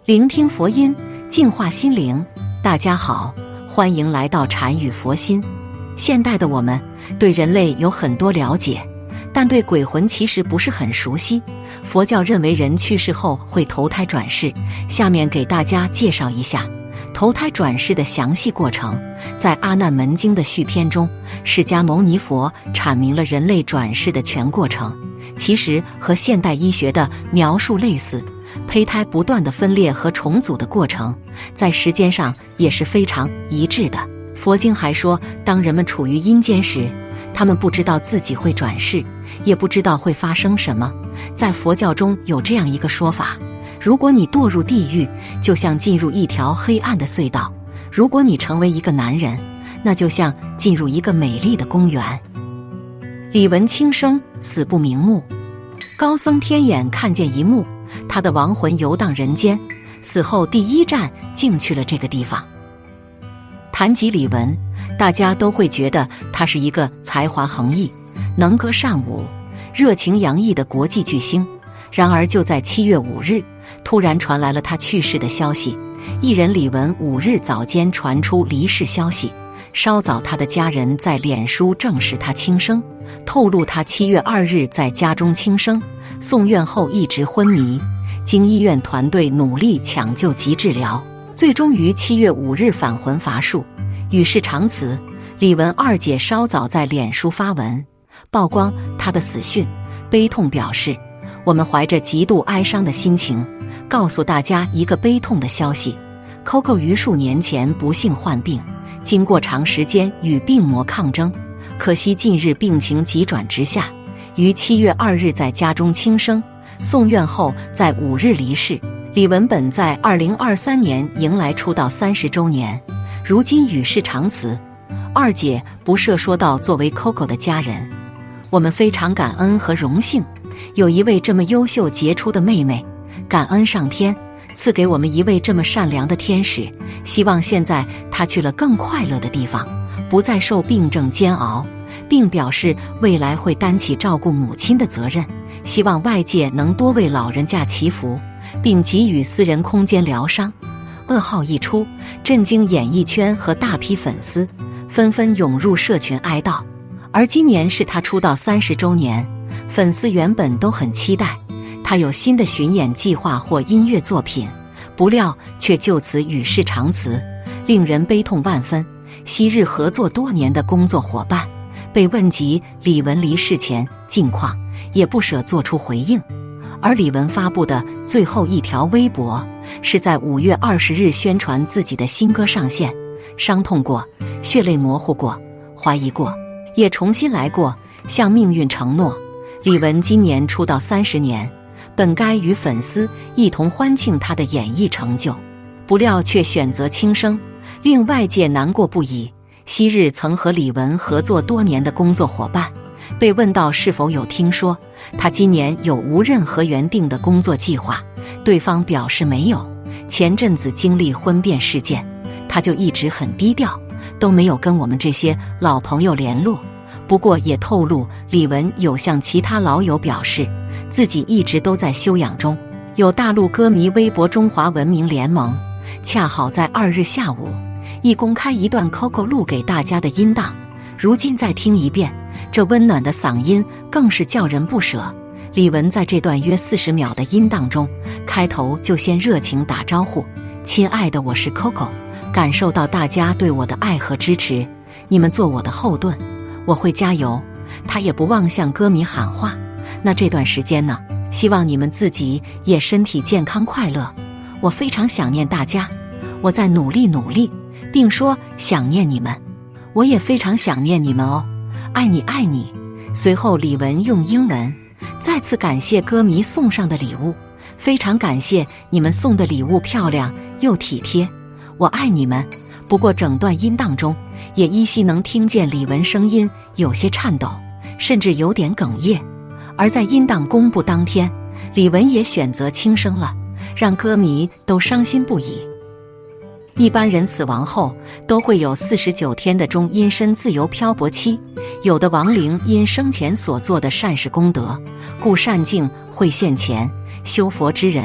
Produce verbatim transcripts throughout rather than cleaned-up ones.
聆听佛音，净化心灵。大家好，欢迎来到禅语佛心。现代的我们对人类有很多了解，但对鬼魂其实不是很熟悉。佛教认为人去世后会投胎转世，下面给大家介绍一下投胎转世的详细过程。在《阿难门经》的续篇中，释迦牟尼佛阐明了人类转世的全过程，其实和现代医学的描述类似。胚胎不断的分裂和重组的过程，在时间上也是非常一致的。佛经还说，当人们处于阴间时，他们不知道自己会转世，也不知道会发生什么。在佛教中有这样一个说法，如果你堕入地狱，就像进入一条黑暗的隧道；如果你成为一个男人，那就像进入一个美丽的公园。李文轻生，死不瞑目。高僧天眼看见一幕，他的亡魂游荡人间，死后第一站竟去了这个地方。谈及李玟，大家都会觉得他是一个才华横溢、能歌善舞、热情洋溢的国际巨星。然而就在七月五日，突然传来了他去世的消息。艺人李玟五日早间传出离世消息，稍早他的家人在脸书证实他轻生，透露他七月二日在家中轻生，送院后一直昏迷，经医院团队努力抢救及治疗，最终于七月五日返魂乏术，与世长辞。李玟二姐稍早在脸书发文曝光她的死讯，悲痛表示：我们怀着极度哀伤的心情，告诉大家一个悲痛的消息 ，Coco 于数年前不幸患病，经过长时间与病魔抗争，可惜近日病情急转直下，于七月二日在家中轻生，送院后在五日离世。李玟本在二零二三年迎来出道三十周年，如今与世长辞。二姐不设说道：作为 Coco 的家人，我们非常感恩和荣幸，有一位这么优秀杰出的妹妹，感恩上天赐给我们一位这么善良的天使，希望现在她去了更快乐的地方，不再受病症煎熬，并表示未来会担起照顾母亲的责任，希望外界能多为老人家祈福，并给予私人空间疗伤。噩耗一出，震惊演艺圈和大批粉丝，纷纷涌入社群哀悼。而今年是他出道三十周年，粉丝原本都很期待他有新的巡演计划或音乐作品，不料却就此与世长辞，令人悲痛万分。昔日合作多年的工作伙伴被问及李玟离世前近况，也不舍做出回应。而李玟发布的最后一条微博是在五月二十日宣传自己的新歌上线，伤痛过，血泪模糊过，怀疑过，也重新来过，向命运承诺。李玟今年出道三十年，本该与粉丝一同欢庆她的演艺成就，不料却选择轻生，令外界难过不已。昔日曾和李玟合作多年的工作伙伴被问到是否有听说他今年有无任何原定的工作计划，对方表示没有。前阵子经历婚变事件，他就一直很低调，都没有跟我们这些老朋友联络。不过也透露，李玟有向其他老友表示自己一直都在休养中。有大陆歌迷微博中华文明联盟恰好在二日下午亦公开一段 Coco 录给大家的音档，如今再听一遍，这温暖的嗓音更是叫人不舍。李玟在这段约四十秒的音档中，开头就先热情打招呼：亲爱的，我是 Coco， 感受到大家对我的爱和支持，你们做我的后盾，我会加油。他也不忘向歌迷喊话：那这段时间呢，希望你们自己也身体健康快乐，我非常想念大家，我在努力努力，并说想念你们，我也非常想念你们哦，爱你爱你。随后李玟用英文再次感谢歌迷送上的礼物，非常感谢你们送的礼物漂亮又体贴，我爱你们。不过整段音档中也依稀能听见李玟声音有些颤抖，甚至有点哽咽。而在音档公布当天，李玟也选择轻生了，让歌迷都伤心不已。一般人死亡后都会有四十九天的中阴身自由漂泊期，有的亡灵因生前所做的善事功德，故善境会现前，修佛之人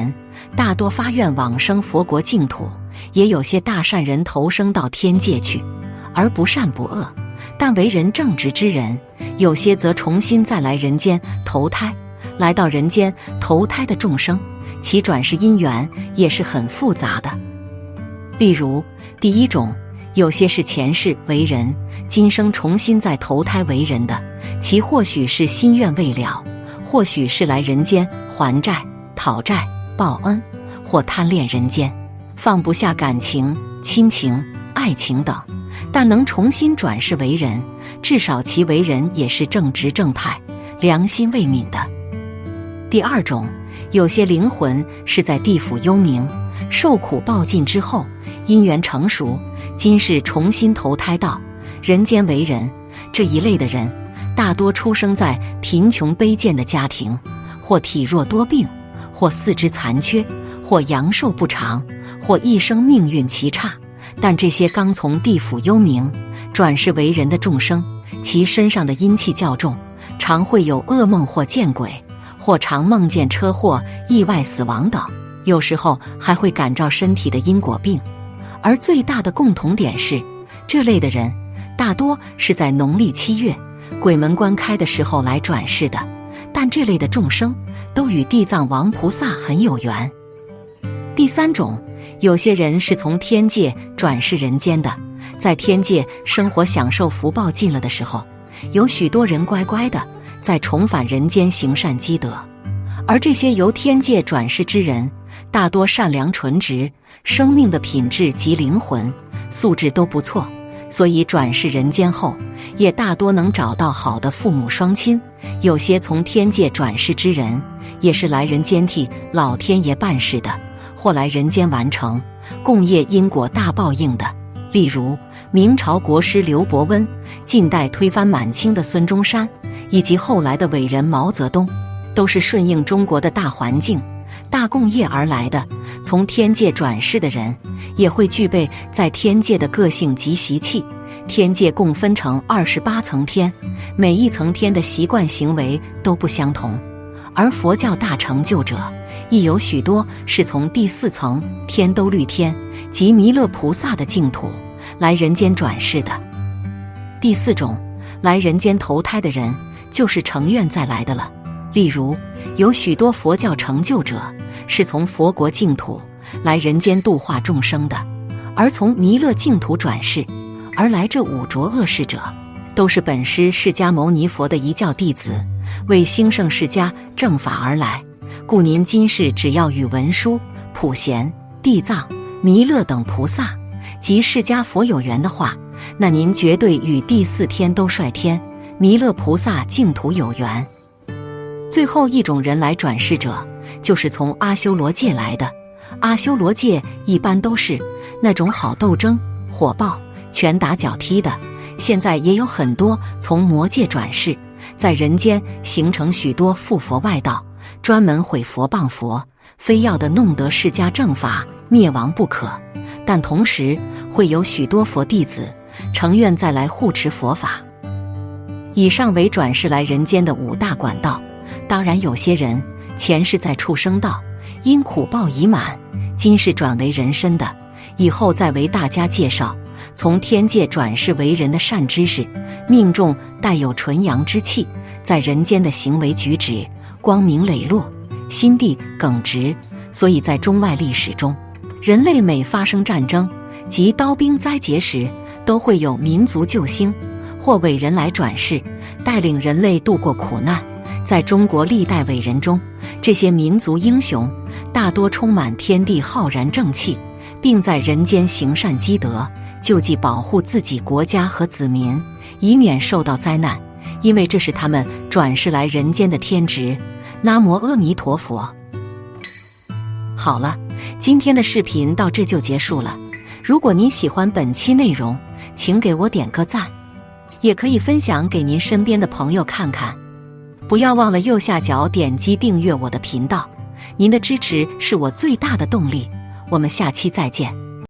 大多发愿往生佛国净土，也有些大善人投生到天界去，而不善不恶，但为人正直之人，有些则重新再来人间投胎。来到人间投胎的众生，其转世因缘也是很复杂的。例如，第一种，有些是前世为人，今生重新再投胎为人的，其或许是心愿未了，或许是来人间还债、讨债、报恩，或贪恋人间，放不下感情、亲情、爱情等，但能重新转世为人，至少其为人也是正直正派、良心未泯的。第二种，有些灵魂是在地府幽冥受苦报尽之后，因缘成熟，今世重新投胎到人间为人。这一类的人大多出生在贫穷卑贱的家庭，或体弱多病，或四肢残缺，或阳寿不长，或一生命运奇差。但这些刚从地府幽冥转世为人的众生，其身上的阴气较重，常会有噩梦或见鬼，或常梦见车祸、意外死亡等，有时候还会感召身体的因果病。而最大的共同点是，这类的人大多是在农历七月鬼门关开的时候来转世的，但这类的众生都与地藏王菩萨很有缘。第三种，有些人是从天界转世人间的，在天界生活享受福报尽了的时候，有许多人乖乖的再重返人间行善积德。而这些由天界转世之人，大多善良纯直，生命的品质及灵魂素质都不错，所以转世人间后也大多能找到好的父母双亲。有些从天界转世之人，也是来人间替老天爷办事的，或来人间完成共业因果大报应的。例如明朝国师刘伯温，近代推翻满清的孙中山，以及后来的伟人毛泽东，都是顺应中国的大环境、大共业而来的。从天界转世的人，也会具备在天界的个性及习气。天界共分成二十八层天，每一层天的习惯行为都不相同。而佛教大成就者，亦有许多是从第四层天兜率天及弥勒菩萨的净土来人间转世的。第四种，来人间投胎的人，就是成愿再来的了。例如，有许多佛教成就者是从佛国净土来人间度化众生的，而从弥勒净土转世而来这五浊恶世者，都是本师释迦牟尼佛的一教弟子，为兴盛释迦正法而来。故您今世只要与文殊、普贤、地藏、弥勒等菩萨及释迦佛有缘的话，那您绝对与第四天兜率天、弥勒菩萨净土有缘。最后一种人来转世者，就是从阿修罗界来的。阿修罗界一般都是那种好斗争、火爆、拳打脚踢的。现在也有很多从魔界转世，在人间形成许多附佛外道，专门毁佛谤佛，非要的弄得释迦正法灭亡不可。但同时会有许多佛弟子成愿再来护持佛法。以上为转世来人间的五大管道。当然有些人前世在畜生道，因苦报已满，今世转为人身的，以后再为大家介绍从天界转世为人的善知识，命中带有纯阳之气，在人间的行为举止光明磊落，心地耿直。所以在中外历史中，人类每发生战争及刀兵灾劫时，都会有民族救星或伟人来转世，带领人类度过苦难。在中国历代伟人中，这些民族英雄大多充满天地浩然正气，并在人间行善积德，救济保护自己国家和子民，以免受到灾难，因为这是他们转世来人间的天职。南无阿弥陀佛。好了，今天的视频到这就结束了。如果您喜欢本期内容，请给我点个赞，也可以分享给您身边的朋友看看。不要忘了右下角点击订阅我的频道，您的支持是我最大的动力。我们下期再见。